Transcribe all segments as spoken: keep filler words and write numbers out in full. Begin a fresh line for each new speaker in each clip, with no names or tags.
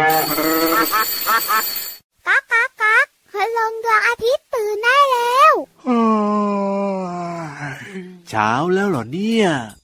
ก๊ากก๊ากก๊ากคืนลงดวงอาทิตย์ตื่นได้แล้ว
เช้าแล้วเหรอเนี่ย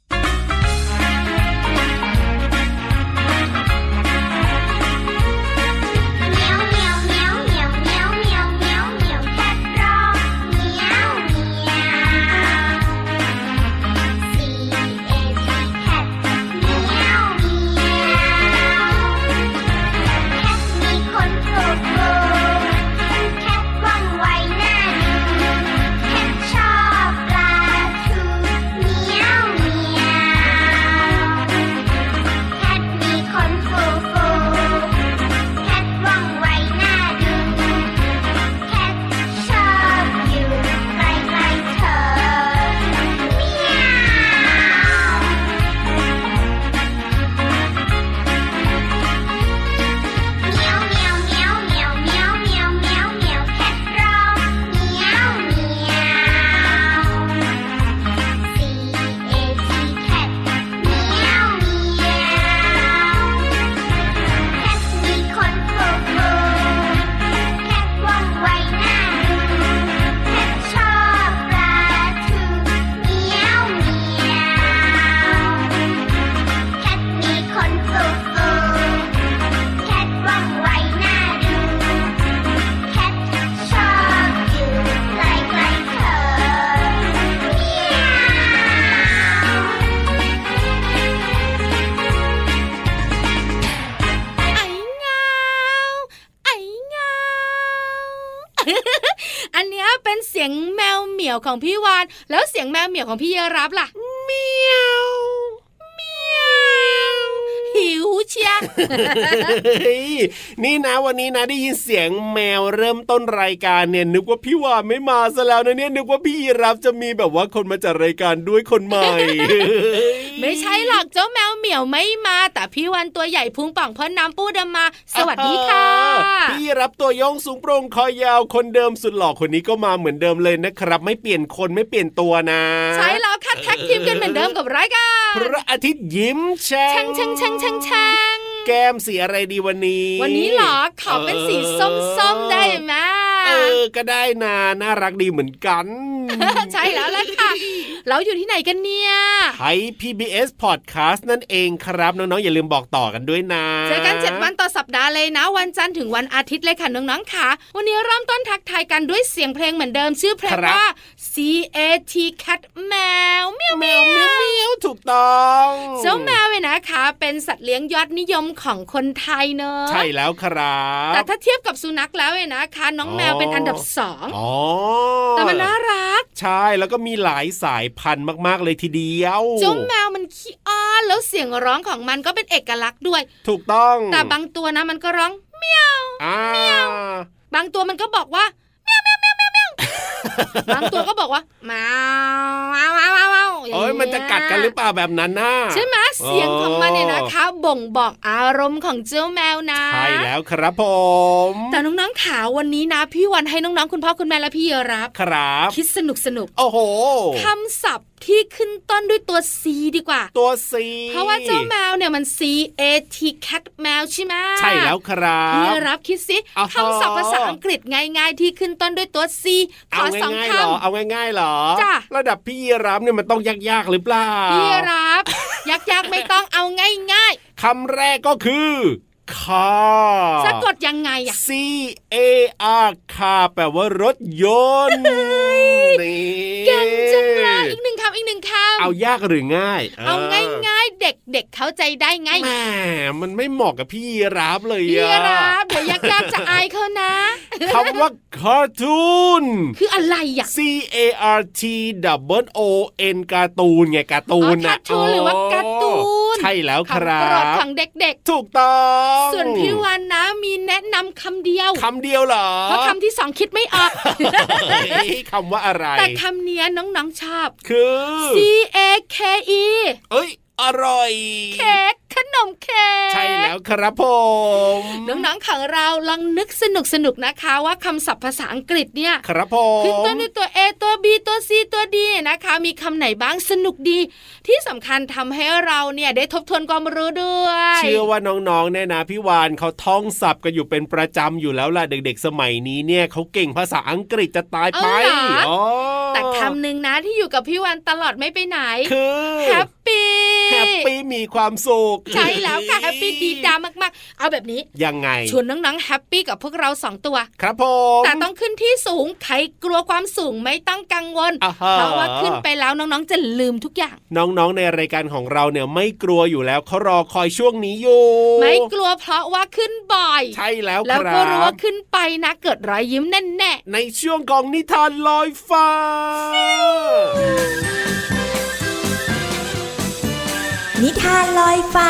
อันนี้เป็นเสียงแมวเหมียวของพี่วานแล้วเสียงแมวเหมียวของพี่ยีรับล่ะเมียวเมียวหิวเชีย
นี่นะวันนี้นะได้ยินเสียงแมวเริ่มต้นรายการเนี่ยนึกว่าพี่วานไม่มาซะแล้วนะเนี่ยนึกว่าพี่ยีรับจะมีแบบว่าคนมาจัดรายการด้วยคนใหม่
ไม่ใช่หรอกเจ้าแมวเหมียวไม่มาแต่พี่วานตัวใหญ่พุงป่องเพราะน้ำปูดำมาสวัสดีค่ะ
พี่ยีรับตัวโยงสูงโปร่งคอยาวคนเดิมสุดหล่อคนนี้ก็มาเหมือนเดิมเลยนะครับไม่เปลี่ยนคนไม่เปลี่ยนตัวนะ
ใช่แล้วค่ะแท็กทีมกันเหมือนเดิมกับรายการ
พระอาทิตย์ยิ้มแฉ่ง
แฉ่งแฉ่งแฉ่งแฉ่ง
แก้มสีอะไรดีวันนี้
วันนี้เหรอขอเป็นสีส้มๆได้ไหม
เออก็ได้นะน่ารักดีเหมือนกัน
ใช่แล้วล่ะค่ะเราอยู่ที่ไหนกันเนี่ย
ไทย พี บี เอส Podcast นั่นเองครับน้องๆอย่าลืมบอกต่อกันด้วยนะ
เจอกันเจ็ดวันต่อสัปดาห์เลยนะวันจันทร์ถึงวันอาทิตย์เลยค่ะน้องๆค่ะวันนี้เริ่มต้นทักทายกันด้วยเสียงเพลงเหมือนเดิมชื่อเพลงว่า ซี เอ ที Cat แมวเมียว
แมวเมียวเมียวถูกต้อง
เจ้าแมวเนี่ยนะคะเป็นสัตว์เลี้ยงยอดนิยมของคนไทยเนอะ
ใช่แล้วครับ
แต่ถ้าเทียบกับสุนัขแล้วเนี่ยนะคะน้องแมวเป็นอันดับสอง
อ๋อ
แต่มันน่ารัก
ใช่แล้วก็มีหลายสายพันธุ์มากๆเลยทีเดียว
เจ้าแมวมันขี้อ้อนแล้วเสียงร้องของมันก็เป็นเอกลักษณ์ด้วย
ถูกต้อง
แต่บางตัวนะมันก็ร้องเมียวเมียวบางตัวมันก็บอกว่าเมียวเมียวเมียวเมียวเมียวบางตัวก็บอกว่าแมวว้าวว้าวว้าว
โอ้ยมันจะกัดกันหรือเปล่าแบบนั้นน่ะ
ใช่ไหมเสียงของมันเนี่ยนะคะบ่งบอกอารมณ์ของเจ้าแมวนะ
ใช่แล้วครับผม
แต่น้องๆขาวันนี้นะพี่วันให้น้องๆคุณพ่อคุณแม่และพี่รับ
ครับ
คิดสนุกสนุก
โอ้โห
คำศัพท์ที่ขึ้นต้นด้วยตัว C ดีกว่า
ตัว C
เพราะว่าเจ้าแมวเนี่ยมัน C A T cat แมวใช่ไหม
ใช่แล้วครับ
พี่รับคิดสิคำศัพท์ภาษาอังกฤษง่ายๆที่ขึ้นต้นด้วยตัว C ขอสองคำ
เอาง่ายๆหรอ
จ้ะ
ระดับพี่รับเนี่ยมันต้องยากๆหรือเปล่า
พี่รับยากๆไม่ต้องเอาง่าย
ๆคำแรกก็คือคา
สะกดยังไงอะ
C A R คาแปลว่ารถยนต์
นี่เก่งจังเลยอีกหนึ่งคำอีกหนึ่งคำ
เอายากหรือง่าย
เอาง่ายๆเด็กๆเข้าใจได้ไง
แหมมันไม่เหมาะกับพี่รับเลยอะ
พี่รับเดี๋ยวยากๆจะอายเขานะ
คำว่าคาร์ตูน
คืออะไรอะ
C A R T W O N การ์ตูนไงการ์ตูน
นะการ์ตูนหรือว่าการ์ตูน
ใช่แล้วครับ
ของโปรดของเด็ก
ๆถูกต้อง
ส่วนพี่วันนะมีแนะนำคำเดียว
คำเดียวเหรอ
เพราะคำที่สองคิดไม่ออก
คำว่าอะไร
แต่คำนี้น้องๆชอบ
คือ
C A K E
เอ้ยอร่อย
เค้กขนมเค้ก
ใช่แล้วครับผม
น้องๆของเราลองนึกสนุกๆนะคะว่าคำศัพท์ภาษาอังกฤษเนี่ย
ครับผม
ขึ้นต้นด้วยตัว A ตัว B ตัว C ตัว D นะคะมีคำไหนบ้างสนุกดีที่สำคัญทำให้เราเนี่ยได้ทบทวนความรู้ด้วย
เชื่อว่าน้องๆเนี่ยนะพี่วานเขาท่องศัพท์กันอยู่เป็นประจำอยู่แล้วล่ะเด็กๆสมัยนี้เนี่ยเขาเก่งภาษาอังกฤษจะตายไป
อ๋อแต่คำหนึ่งนะที่อยู่กับพี่วานตลอดไม่ไปไหน
คือ
Happy
แฮปปี้มีความสุข
ใช่แล้วค่ะแฮปปี้ดีดามากๆเอาแบบนี้
ยังไง
ชวนน้องๆแฮปปี้กับพวกเราสองตัว
ครับผม
แต่ต้องขึ้นที่สูงใครกลัวความสูงไม่ต้องกังวลเพราะว่าขึ้นไปแล้วน้องๆจะลืมทุกอย่าง
น้องๆในรายการของเราเนี่ยไม่กลัวอยู่แล้วเขารอคอยช่วงนี้อยู่
ไม่กลัวเพราะว่าขึ้นบ่อย
ใช่แล้วครับ
แล้วก็รู้ว่าขึ้นไปนะเกิดรอยยิ้มแน่
ๆในช่วงของนิทานลอยฟ้า
นิทานลอยฟ้า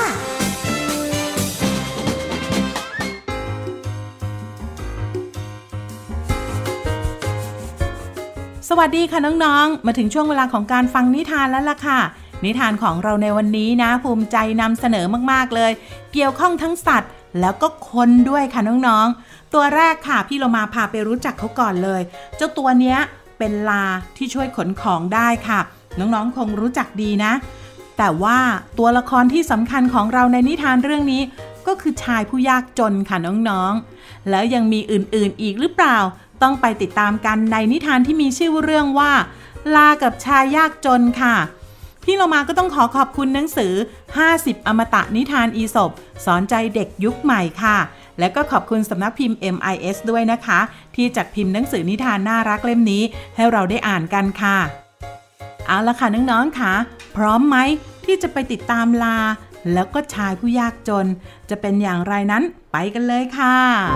สวัสดีค่ะน้องๆมาถึงช่วงเวลาของการฟังนิทานแล้วล่ะค่ะนิทานของเราในวันนี้นะภูมิใจนำเสนอมากๆเลยเกี่ยวข้องทั้งสัตว์แล้วก็คนด้วยค่ะน้องๆตัวแรกค่ะพี่เรามาพาไปรู้จักเขาก่อนเลยเจ้าตัวเนี้ยเป็นลาที่ช่วยขนของได้ค่ะน้องๆคงรู้จักดีนะแต่ว่าตัวละครที่สำคัญของเราในนิทานเรื่องนี้ก็คือชายผู้ยากจนค่ะน้องๆแล้วยังมีอื่นๆอีกหรือเปล่าต้องไปติดตามกันในนิทานที่มีชื่อเรื่องว่าลากับชายยากจนค่ะพี่เรามาก็ต้องขอขอบคุณหนังสือห้าสิบอมตะนิทานอีสปสอนใจเด็กยุคใหม่ค่ะและก็ขอบคุณสำนักพิมพ์ เอ็ม ไอ เอส ด้วยนะคะที่จัดพิมพ์หนังสือนิทานน่ารักเล่มนี้ให้เราได้อ่านกันค่ะเอาละค่ะน้องๆค่ะพร้อมไหมที่จะไปติดตามลาแล้วก็ชายผู้ยากจนจะเป็นอย่างไรนั้นไปกันเลยค่ะ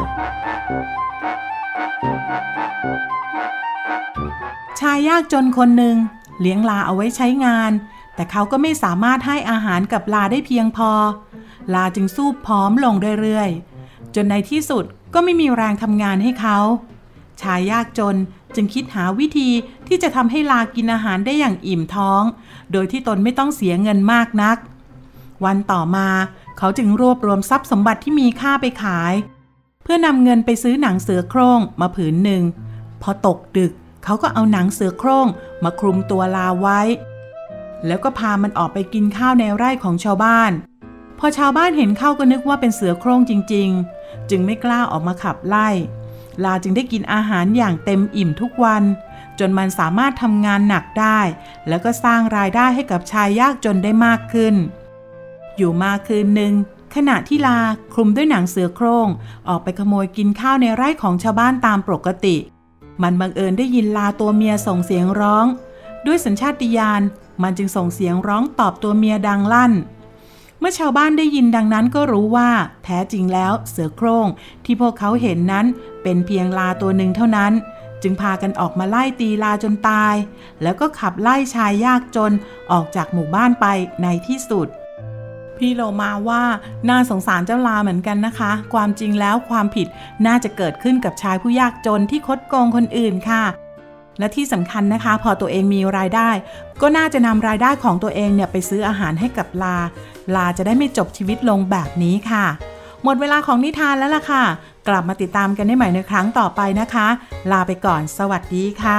ชายยากจนคนหนึ่งเลี้ยงลาเอาไว้ใช้งานแต่เขาก็ไม่สามารถให้อาหารกับลาได้เพียงพอลาจึงสู้ผอมลงเรื่อยๆจนในที่สุดก็ไม่มีแรงทำงานให้เขาชายยากจนจึงคิดหาวิธีที่จะทำให้ลากินอาหารได้อย่างอิ่มท้องโดยที่ตนไม่ต้องเสียเงินมากนักวันต่อมาเขาจึงรวบรวมทรัพย์สมบัติที่มีค่าไปขายเพื่อนำเงินไปซื้อหนังเสือโคร่งมาผืนหนึ่งพอตกดึกเขาก็เอาหนังเสือโคร่งมาคลุมตัวลาไว้แล้วก็พามันออกไปกินข้าวในไร่ของชาวบ้านพอชาวบ้านเห็นเข้าก็นึกว่าเป็นเสือโคร่งจริงๆจึงไม่กล้าออกมาขับไล่ลาจึงได้กินอาหารอย่างเต็มอิ่มทุกวันจนมันสามารถทำงานหนักได้แล้วก็สร้างรายได้ให้กับชายยากจนได้มากขึ้นอยู่มาคืนหนึ่งขณะที่ลาคลุมด้วยหนังเสือโคร่งออกไปขโมยกินข้าวในไร่ของชาวบ้านตามปกติมันบังเอิญได้ยินลาตัวเมียส่งเสียงร้องด้วยสัญชาตญาณมันจึงส่งเสียงร้องตอบตัวเมียดังลั่นเมื่อชาวบ้านได้ยินดังนั้นก็รู้ว่าแท้จริงแล้วเสือโคร่งที่พวกเขาเห็นนั้นเป็นเพียงลาตัวหนึ่งเท่านั้นจึงพากันออกมาไล่ตีลาจนตายแล้วก็ขับไล่ชายยากจนออกจากหมู่บ้านไปในที่สุดพี่โลมาว่าน่าสงสารเจ้าลาเหมือนกันนะคะความจริงแล้วความผิดน่าจะเกิดขึ้นกับชายผู้ยากจนที่คดโกงคนอื่นค่ะและที่สำคัญนะคะพอตัวเองมีรายได้ก็น่าจะนำรายได้ของตัวเองเนี่ยไปซื้ออาหารให้กับลาลาจะได้ไม่จบชีวิตลงแบบนี้ค่ะหมดเวลาของนิทานแล้วล่ะค่ะกลับมาติดตามกันได้ใหม่ในครั้งต่อไปนะคะลาไปก่อนสวัสดีค่ะ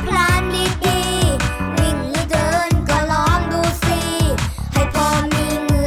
ให้พอมีเงิน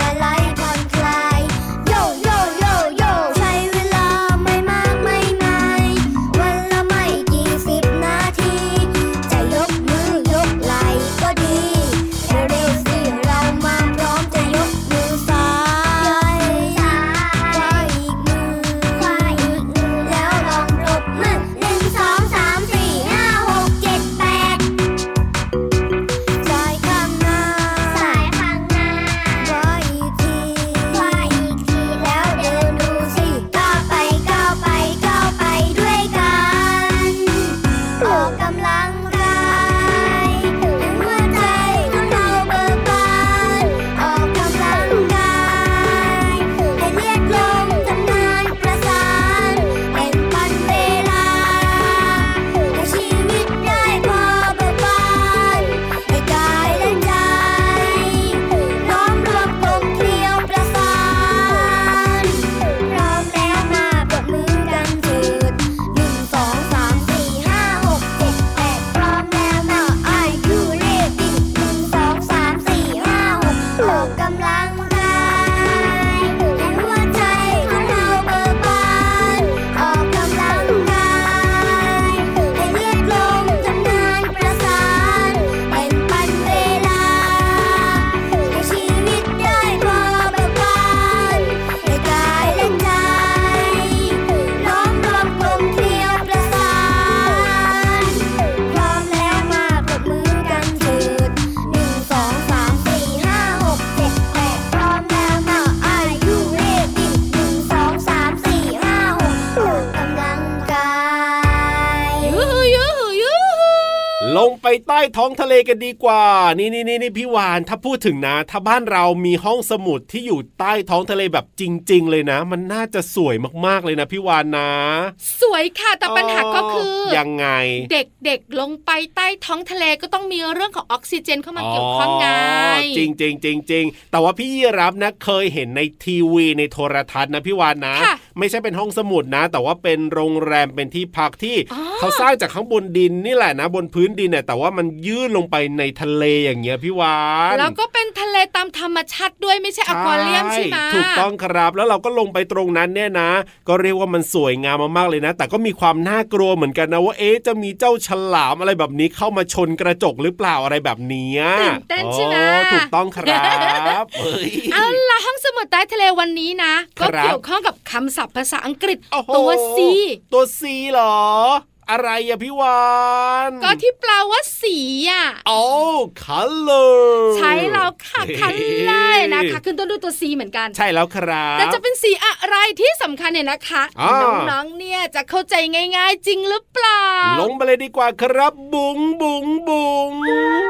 ลงไปใต้ท้องทะเลกันดีกว่านี่นี่นี่พี่วานถ้าพูดถึงนะถ้าบ้านเรามีห้องสมุดที่อยู่ใต้ท้องทะเลแบบจริงๆเลยนะมันน่าจะสวยมากๆเลยนะพี่วานนะ
สวยค่ะแต่ปัญหาก็คือ
ยังไง
เด็กๆลงไปใต้ท้องทะเลก็ต้องมีเรื่องของออกซิเจนเข้ามาเกี่ยวข้องไง
จริงจริงจริงจริงแต่ว่าพี่ยีรับนะเคยเห็นในทีวีในโทรทัศน์นะพี่วานนะไม่ใช่เป็นห้องสมุดนะแต่ว่าเป็นโรงแรมเป็นที่พักที่เขาสร้างจากข้างบนดินนี่แหละนะบนพื้นดินเนี่ยแต่ว่ามันยื่นลงไปในทะเลอย่างเงี้ยพี่วาน
แล้วก็เป็นทะเลตามธรรมชาติด้วยไม่ใช่อควาเรียมใช่ไหม
ถูกต้องครับแล้วเราก็ลงไปตรงนั้นเนี่ยนะก็เรียกว่ามันสวยงามมากๆเลยนะแต่ก็มีความน่ากลัวเหมือนกันนะว่าเอ๊ะจะมีเจ้าฉลามอะไรแบบนี้เข้ามาชนกระจกหรือเปล่าอะไรแบบนี้
ตื่นเต้นใช่ไหม
ถูกต้องครับ
เอาล่ะห้องสมุดใต้ทะเลวันนี้นะก็เกี่ยวข้องกับคำศัพท์ภาษาอังกฤษตัว C
ตัว C เหรออะไรอะพี่วาน
ก็ที่แปลว่าสีอ่ะ
โอ้ color
ใช่แล้วค่ะ color นะคะขึ้นต้นด้วยตัว C เหมือนกัน
ใช่แล้วครับ
แต่จะเป็นสีอะไรที่สำคัญเนี่ยนะคะน้องๆเนี่ยจะเข้าใจง่ายๆจริงหรือเปล่า
ลงไปเลยดีกว่าครับบุ๋งบุ๋งบุ๋ง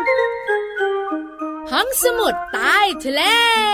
ห้องสมุดใต้ทะเล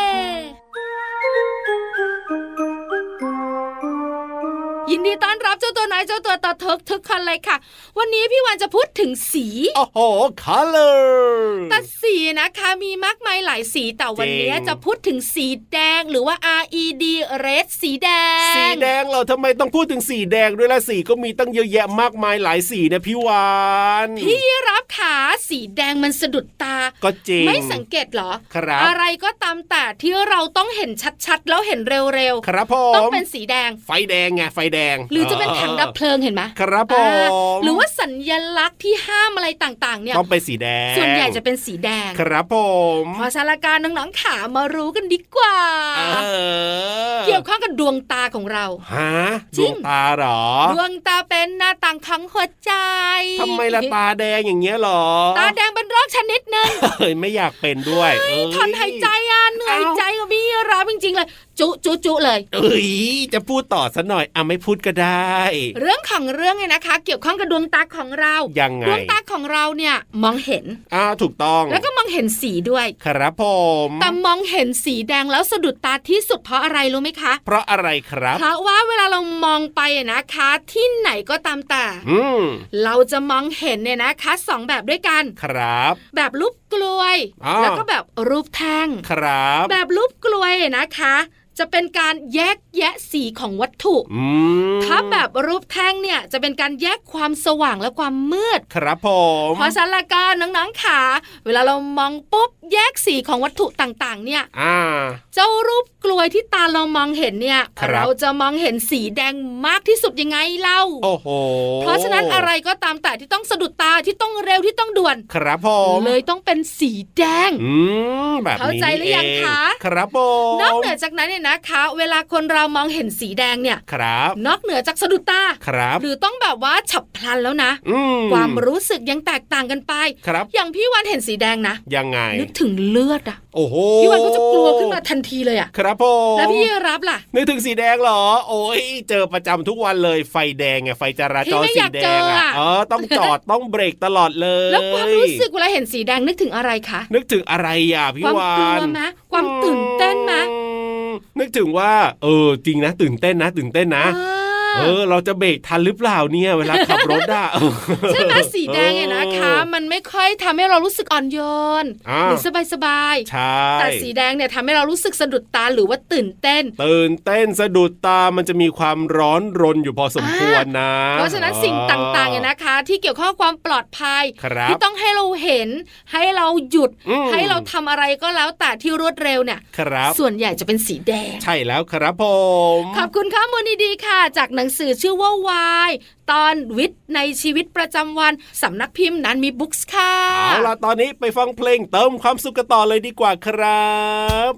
ยินดีต้อนรับเจ้าตัวน้อยเจ้าตัวต่อทึกทุกคนเลยค่ะวันนี้พี่วานจะพูดถึงสี
โอ้โห color
แต่สีนะคะมีมากมายหลายสีแต่วันนี้จะพูดถึงสีแดงหรือว่า red red สีแดง
สีแดงเราทำไมต้องพูดถึงสีแดงด้วยล่ะสีก็มีตั้งเยอะแยะมากมายหลายสีนะพี่วาน
พี่รับขาสีแดงมันสะดุดตา
ก็จริง
ไม่สังเกตเหรอ
ครับ
อะไรก็ตามแต่ที่เราต้องเห็นชัดๆแล้วเห็นเร็ว
ๆครับผม
ต้องเป็นสีแดง
ไฟแดงไงไฟแดง
หรือจะเป็นถังดับเพลิงเห็นไหม
ครับผม
หรือว่าสัญลักษณ์ที่ห้ามอะไรต่างๆเนี่ย
ต้องเป็นสีแดง
ส่วนใหญ่จะเป็นสีแดง
ครับผม
พอสารการน้องๆขามารู้กันดีกว่าเกี่ยวข้องกับดวงตาของเรา
ฮะดวงตาเหรอ
ดวงตาเป็นหน้าต่างของหัวใจ
ทำไมละตาแดงอย่างเงี้ยหรอ
ตาแดงเป็นโรคชนิดนึง
เฮ้ยไม่อยากเป็นด้วย
ถอนหายใจอ่ะเหนื่อยใจก็มีรับจริงๆเลยจุจุจุเลย
เอ้ยจะพูดต่อซะหน่อยอ่ะไม่พูดก็ได้
เรื่องของเรื่องเนี่ยนะคะเกี่ยวข้องกับดวงตาของเรา
ยังไง
ดวงตาของเราเนี่ยมองเห็น
อ้าวถูกต้อง
แล้วก็มองเห็นสีด้วย
ครับผม
แต่มองเห็นสีแดงแล้วสะดุดตาที่สุดเพราะอะไรรู้ไหมคะ
เพราะอะไรครับ
เพราะว่าเวลาเรามองไปนะคะที่ไหนก็ตามแต่เราจะมองเห็นเนี่ยนะคะสองแบบด้วยกัน
ครับ
แบบรูปกลวยแล้วก็แบบรูปแท่ง
ครับ
แบบรูปกลวยนะคะจะเป็นการแยกแยะสีของวัตถุถ้าแบบรูปแท่งเนี่ยจะเป็นการแยกความสว่างและความมืด
ครับผม
พอสารการน้องๆขาเวลาเรามองปุ๊บแยกสีของวัตถุต่างๆเนี่ยเจ้ารูปกลวยที่ตาเรามองเห็นเนี่ยเราจะมองเห็นสีแดงมากที่สุดยังไงเล่า
โอ้โห
เพราะฉะนั้นอะไรก็ตามแต่ที่ต้องสะดุดตาที่ต้องเร็วที่ต้องด่วน
ครับผม
เลยต้องเป็นสีแดง
อืมแบบนี้เข้า
ใจหรือยังคะ
ครับผม
นอกเหนือจากนั้นเนี่ยนะคะเวลาคนเรามองเห็นสีแดงเนี่ย
ครับ
นอกเหนือจากสะดุดตา
ครับ
หรือต้องแบบว่าฉับพลันแล้วนะความรู้สึกยังแตกต่างกันไป
ครับ
อย่างพี่วันเห็นสีแดงนะ
ยังไง
นึกถึงเลือดอะ
โอ้โห
พี่วันก็จะกลัวขึ้นมาทันทีเลยอะ
ครับผม
แล้วพี่รับล่ะ
นึกถึงสีแดงเหรอโอ้ยเจอประจำทุกวันเลยไฟแดงไงไฟจราจรสีแดงอะเออต้องจอดต้องเบรกตลอดเลย
แล้วความรู้สึกเวลาเห็นสีแดงนึกถึงอะไรคะ
นึกถึงอะไรอ่ะพี่วาน
ความกลัวไหมความตื่นเต้นไหม
นึกถึงว่าเออจริงนะตื่นเต้นนะตื่นเต้นนะเออเราจะเบรกทันหรือเปล่าเนี่ยเวลาขับรถอ่ะ
ใช่ไหมสีแดงเนี่ยนะคะมันไม่ค่อยทำให้เรารู้สึกอ่อนโยนหรือสบาย
ๆใช่
แต่สีแดงเนี่ยทำให้เรารู้สึกสะดุดตาหรือว่าตื่นเต้น
ตื่นเต้นสะดุดตามันจะมีความร้อนรนอยู่พอสมควรนะ
เพราะฉะนั้นสิ่งต่างๆเนี่ยนะคะที่เกี่ยวข้องกับความปลอดภัยที่ต้องให้เราเห็นให้เราหยุดให้เราทำอะไรก็แล้วแต่ที่รวดเร็วเนี่ยส่วนใหญ่จะเป็นสีแดง
ใช่แล้วครับผม
ขอบคุณข้อมูลดีๆค่ะจากหนังสือชื่อว่าวายตอนวิทย์ในชีวิตประจำวันสำนักพิมพ์นั้นมีบุ๊กส์ค่ะ
เอาล่ะตอนนี้ไปฟังเพลงเติมความสุขกันต่อเลยดีกว่าครับ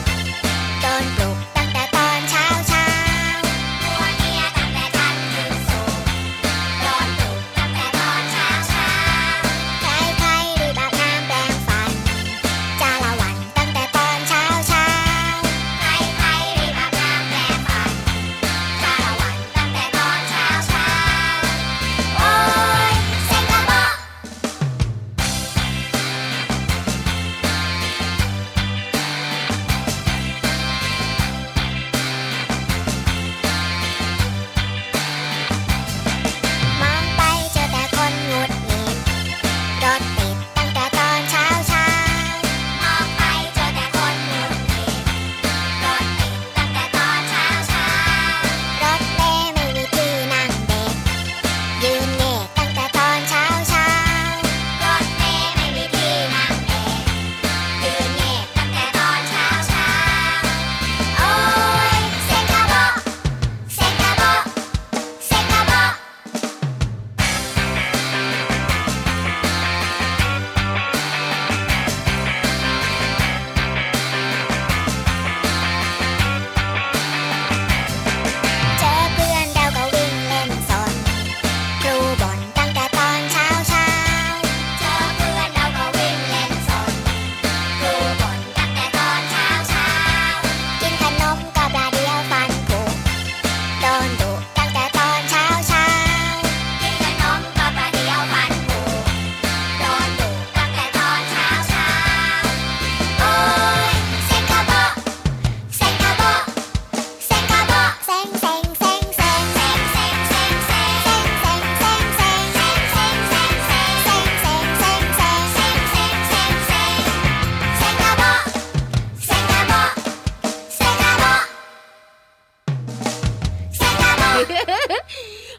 เ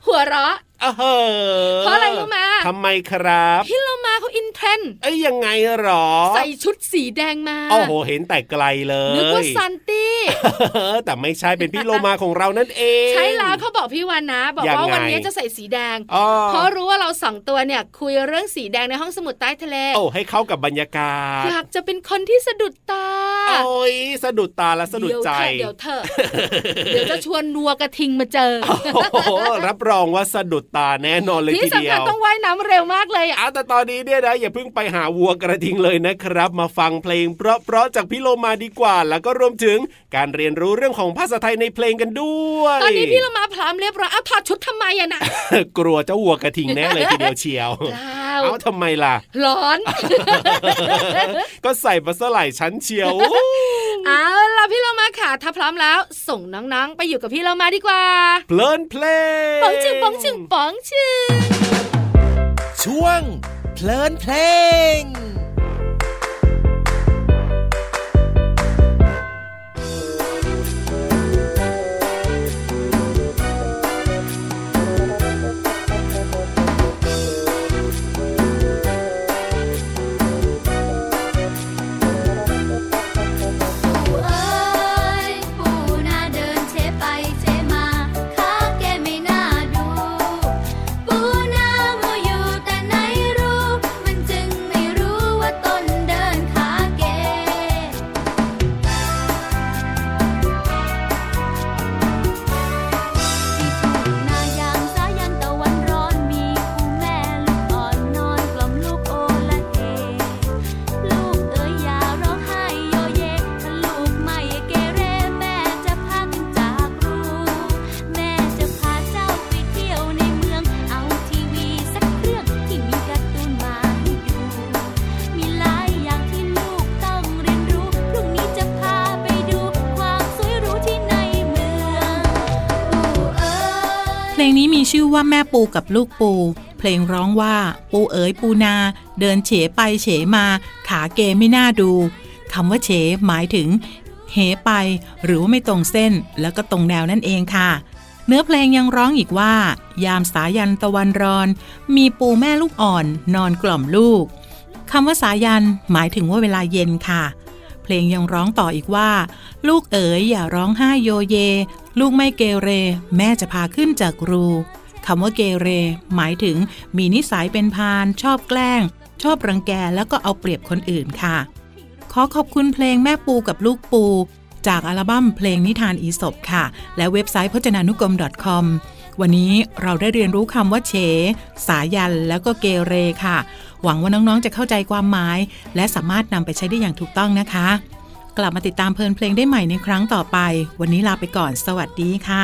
หัวเราะ
เออ
เพราะอะไรรู้ไหม
ทำไมครับ
พี่เรามาเขาอินเทรน
เอ้ยยังไงหรอ
ใส่ชุดสีแดงมา
โอ้โหเห็นแต่ไกลเลย
นึกว่าซันตี้
แต่ไม่ใช่เป็นพี่โลมาของเรานั่นเอง
ใช่แล้วเขาบอกพี่วันนะบอกว่าวันนี้จะใส่สีแดงเพราะรู้ว่าเราสองตัวเนี่ยคุยเรื่องสีแดงในห้องสมุดใต้ทะเล
โอ้ให้เข้ากับบรรยากาศ
อยากจะเป็นคนที่สะดุดตา
โอ้ยสะดุดตาและสะดุดใจ
เดี๋ยวเถอะเดี๋ยวจะชวนนัวกระทิงมาเจอ
โอ้โหรับรองว่าสะดุดตาแน่นอนเลยทีเดียว
ที่สำคัญต้องว่ายน้ำเร็วมากเลย
อ่ะแต่ตอนนี้เนี่ยนะอย่าเพิ่งไปหาวัวกระทิงเลยนะครับมาฟังเพลงเพราะๆจากพี่โลมาดีกว่าแล้วก็รวมถึงการเรียนรู้เรื่องของภาษาไทยในเพลงกันด้วย
ตอนนี้พี่โลมาพร้อมเรียบร้อยเอาถอดชุดทำไมอะนะ
กลัวเจ้าวัวกระทิงแน่เลยทีเดียวเชียวเอาทำไมล่ะ
ร้อน
ก็ใส่มาสลายชั้นเชียว
เอาล่ะพี่โลมาค่ะถ้าพร้อมแล้วส่งน้องๆไปอยู่กับพี่โลมาดีกว่า
เพลินเพลง
ป๋องชึงป๋องชึงป๋องชึง
ช่วงเพลินเพลง
เพลงนี้มีชื่อว่าแม่ปูกับลูกปูเพลงร้องว่าปูเอ๋ยปูนาเดินเฉไปเฉมาขาเกไม่น่าดูคำว่าเฉหมายถึงเหไปหรือว่าไม่ตรงเส้นแล้วก็ตรงแนวนั่นเองค่ะเนื้อเพลงยังร้องอีกว่ายามสายันตะวันรอนมีปูแม่ลูกอ่อนนอนกล่อมลูกคำว่าสายันหมายถึงว่าเวลาเย็นค่ะเพลงยังร้องต่ออีกว่าลูกเอ๋ยอย่าร้องไห้โยเยลูกไม่เกเรแม่จะพาขึ้นจากรูคำว่าเกเรหมายถึงมีนิสัยเป็นพาลชอบแกล้งชอบรังแกแล้วก็เอาเปรียบคนอื่นค่ะขอขอบคุณเพลงแม่ปูกับลูกปูจากอัลบั้มเพลงนิทานอีสปค่ะและเว็บไซต์พจนานุกรม .com วันนี้เราได้เรียนรู้คำว่าเฉสายันแล้วก็เกเรค่ะหวังว่าน้องๆจะเข้าใจความหมายและสามารถนำไปใช้ได้อย่างถูกต้องนะคะกลับมาติดตามเพลินเพลงได้ใหม่ในครั้งต่อไปวันนี้ลาไปก่อนสวัสดีค่ะ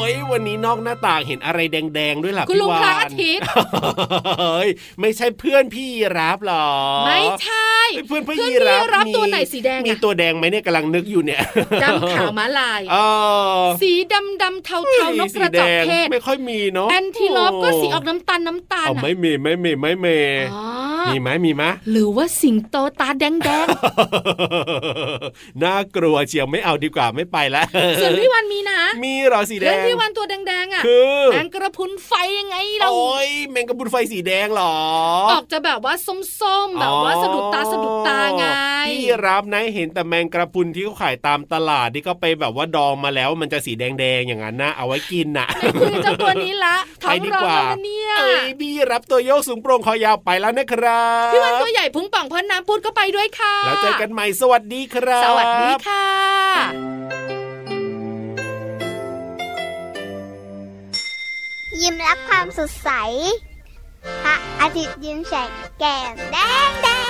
ยวันนี้นอกหน้าต่างเห็นอะไรแดงๆด้วยล่ะ
คุณลุงพระ
อา
ทิตย์
เฮ้ยไม่ใช่เพื่อนพี่ยีราฟหรอ
ไม่ใช่
เพื่อนพี่ยีราฟ
ตัวไหนสีแดง
มีตัวแดงไหมเนี่ยกำลังนึกอยู่เนี่ย
ดำขาวม้าลายสีดำดำเทาเทานกกระจอกเทศ
ไม่ค่อยมีเนาะ
แอนทิโลปก็สีออกน้ำตาลน้ำตาล
ไม่มีไม่มีไม่มีมีไหมมีไหม
หรือว่าสิงโตตาแดงแดง
น่ากลัวเชียวไม่เอาดีกว่าไม่ไปแล้ว
ส่วนพี่วันมีนะ
มีเหรอสีแดง
แล้วพี่วันตัวแดงๆอ่ะ
คือ
แมงกระพุนไฟยังไงเรา
โอ้ยแมงกระพุนไฟสีแดงหรอ
ออกจะแบบว่าส้มๆแบบว่าสะดุดตาสะดุดตาไง
พี่รับนะเห็นแต่แมงกระพุนที่เขาขายตามตลาดที่เขาไปแบบว่าดองมาแล้วมันจะสีแดงๆอย่างนั้นนะเอาไว้กินน่ะ
คือเจ้าตัวนี้ละ
ท้องร้องแล้วเนี่ยเอ้ยพี่รับตัวโยกสูงโปร่งคอยาวไปแล้วนะครับ
พี่วันตัวใหญ่พุงป่องพ่นน้ำพูดก็ไปด้วยค่ะ
แล้วเจอกันใหม่สวัสดีครับ
สวัสดีค่ะ
ยิ้มรับความสดใสพระอาทิตย์ยิ้มแฉกแก้มแดงแดง